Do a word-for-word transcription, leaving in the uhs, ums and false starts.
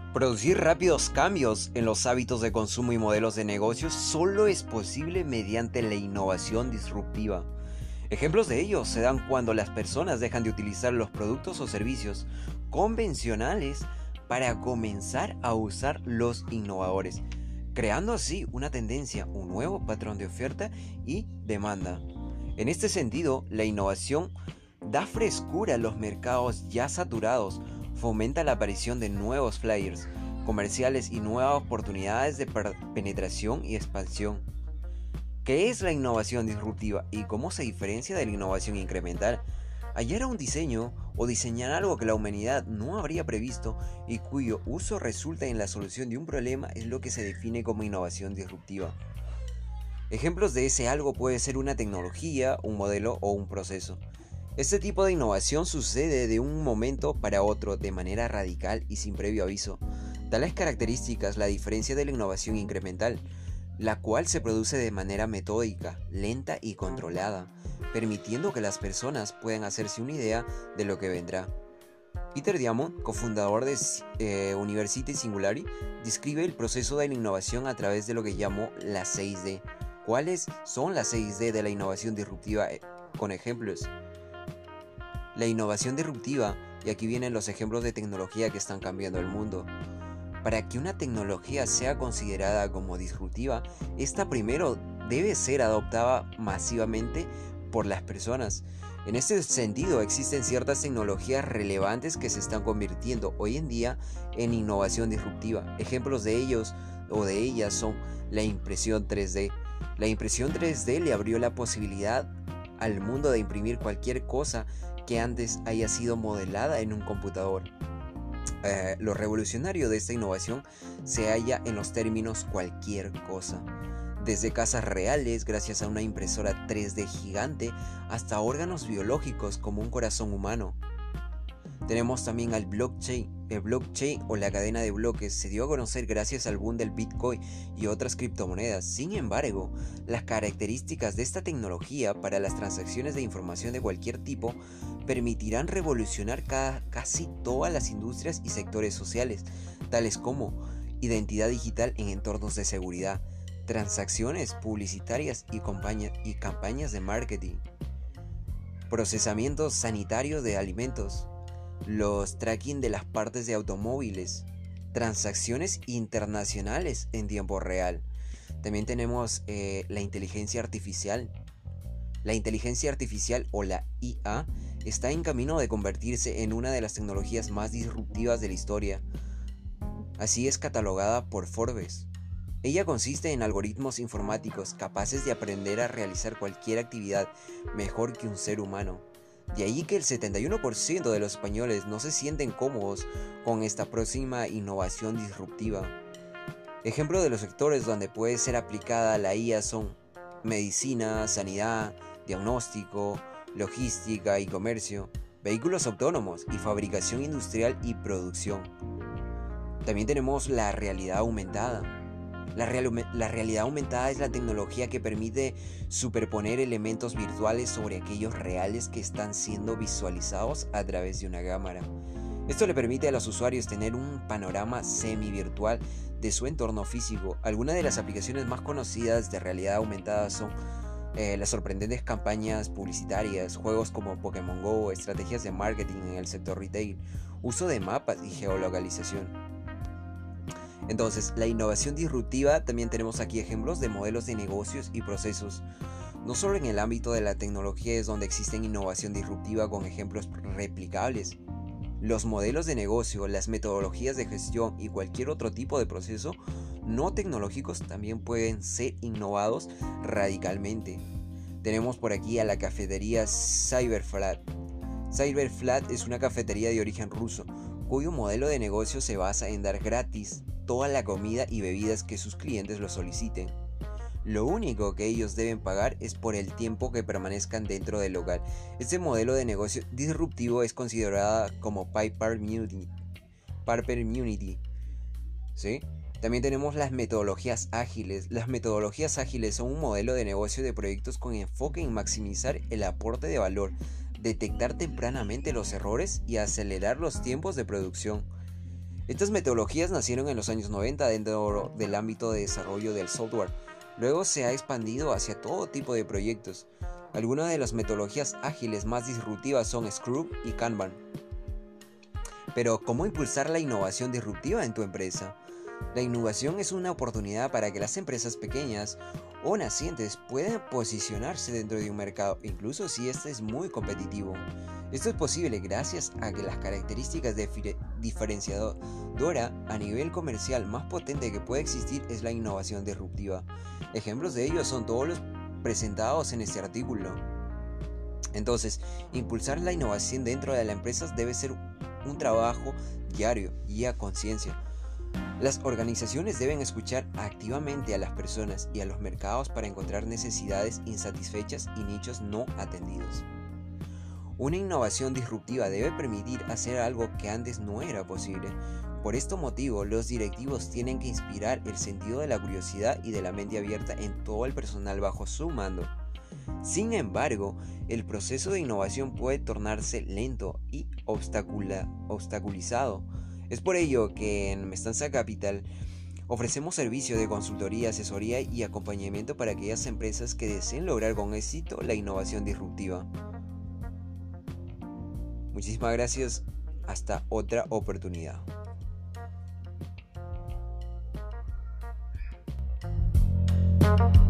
Producir rápidos cambios en los hábitos de consumo y modelos de negocios solo es posible mediante la innovación disruptiva. Ejemplos de ello se dan cuando las personas dejan de utilizar los productos o servicios convencionales para comenzar a usar los innovadores, creando así una tendencia, un nuevo patrón de oferta y demanda. En este sentido, la innovación da frescura a los mercados ya saturados, fomenta la aparición de nuevos flyers comerciales y nuevas oportunidades de penetración y expansión. ¿Qué es la innovación disruptiva y cómo se diferencia de la innovación incremental? Hallar un diseño o diseñar algo que la humanidad no habría previsto y cuyo uso resulta en la solución de un problema es lo que se define como innovación disruptiva. Ejemplos de ese algo puede ser una tecnología, un modelo o un proceso. Este tipo de innovación sucede de un momento para otro de manera radical y sin previo aviso. Tales características la diferencia de la innovación incremental, la cual se produce de manera metódica, lenta y controlada, permitiendo que las personas puedan hacerse una idea de lo que vendrá. Peter Diamond, cofundador de eh, University Singularity, describe el proceso de la innovación a través de lo que llamó la seis D. ¿Cuáles son las seis D de la innovación disruptiva? Eh, con ejemplos. La innovación disruptiva, y aquí vienen los ejemplos de tecnología que están cambiando el mundo. Para que una tecnología sea considerada como disruptiva, esta primero debe ser adoptada masivamente por las personas. En este sentido, existen ciertas tecnologías relevantes que se están convirtiendo hoy en día en innovación disruptiva. Ejemplos de ellos o de ellas son la impresión tres D. La impresión tres D le abrió la posibilidad al mundo de imprimir cualquier cosa que antes haya sido modelada en un computador. Eh, lo revolucionario de esta innovación se halla en los términos cualquier cosa, desde casas reales gracias a una impresora tres D gigante hasta órganos biológicos como un corazón humano. Tenemos también al blockchain. El blockchain o la cadena de bloques se dio a conocer gracias al boom del Bitcoin y otras criptomonedas. Sin embargo, las características de esta tecnología para las transacciones de información de cualquier tipo permitirán revolucionar cada, casi todas las industrias y sectores sociales, tales como identidad digital en entornos de seguridad, transacciones publicitarias y, compañía, y campañas de marketing, procesamiento sanitario de alimentos, los tracking de las partes de automóviles, transacciones internacionales en tiempo real. También tenemos eh, la inteligencia artificial. La inteligencia artificial o la I A está en camino de convertirse en una de las tecnologías más disruptivas de la historia. Así es catalogada por Forbes. Ella consiste en algoritmos informáticos capaces de aprender a realizar cualquier actividad mejor que un ser humano. De ahí que el setenta y uno por ciento de los españoles no se sienten cómodos con esta próxima innovación disruptiva. Ejemplos de los sectores donde puede ser aplicada la I A son medicina, sanidad, diagnóstico, logística y comercio, vehículos autónomos y fabricación industrial y producción. También tenemos la realidad aumentada. La, real, la realidad aumentada es la tecnología que permite superponer elementos virtuales sobre aquellos reales que están siendo visualizados a través de una cámara. Esto le permite a los usuarios tener un panorama semi-virtual de su entorno físico. Algunas de las aplicaciones más conocidas de realidad aumentada son eh, las sorprendentes campañas publicitarias, juegos como Pokémon Go, estrategias de marketing en el sector retail, uso de mapas y geolocalización. Entonces, la innovación disruptiva, también tenemos aquí ejemplos de modelos de negocios y procesos. No solo en el ámbito de la tecnología es donde existe innovación disruptiva con ejemplos replicables. Los modelos de negocio, las metodologías de gestión y cualquier otro tipo de proceso no tecnológicos también pueden ser innovados radicalmente. Tenemos por aquí a la cafetería Cyberflat. Cyberflat es una cafetería de origen ruso, cuyo modelo de negocio se basa en dar gratis toda la comida y bebidas que sus clientes lo soliciten. Lo único que ellos deben pagar es por el tiempo que permanezcan dentro del local. Este modelo de negocio disruptivo es considerada como Parpermunity. Parpermunity. ¿Sí? También tenemos las metodologías ágiles. Las metodologías ágiles son un modelo de negocio de proyectos con enfoque en maximizar el aporte de valor, detectar tempranamente los errores y acelerar los tiempos de producción. Estas metodologías nacieron en los años noventa dentro del ámbito de desarrollo del software. Luego se ha expandido hacia todo tipo de proyectos. Algunas de las metodologías ágiles más disruptivas son Scrum y Kanban. Pero, ¿cómo impulsar la innovación disruptiva en tu empresa? La innovación es una oportunidad para que las empresas pequeñas o nacientes puedan posicionarse dentro de un mercado, incluso si este es muy competitivo. Esto es posible gracias a que las características de diferenciadora a nivel comercial más potente que puede existir es la innovación disruptiva. Ejemplos de ello son todos los presentados en este artículo. Entonces, impulsar la innovación dentro de la empresa debe ser un trabajo diario y a conciencia. Las organizaciones deben escuchar activamente a las personas y a los mercados para encontrar necesidades insatisfechas y nichos no atendidos. Una innovación disruptiva debe permitir hacer algo que antes no era posible. Por este motivo, los directivos tienen que inspirar el sentido de la curiosidad y de la mente abierta en todo el personal bajo su mando. Sin embargo, el proceso de innovación puede tornarse lento y obstacula, obstaculizado. Es por ello que en Mestanza Capital ofrecemos servicios de consultoría, asesoría y acompañamiento para aquellas empresas que deseen lograr con éxito la innovación disruptiva. Muchísimas gracias. Hasta otra oportunidad. Thank you.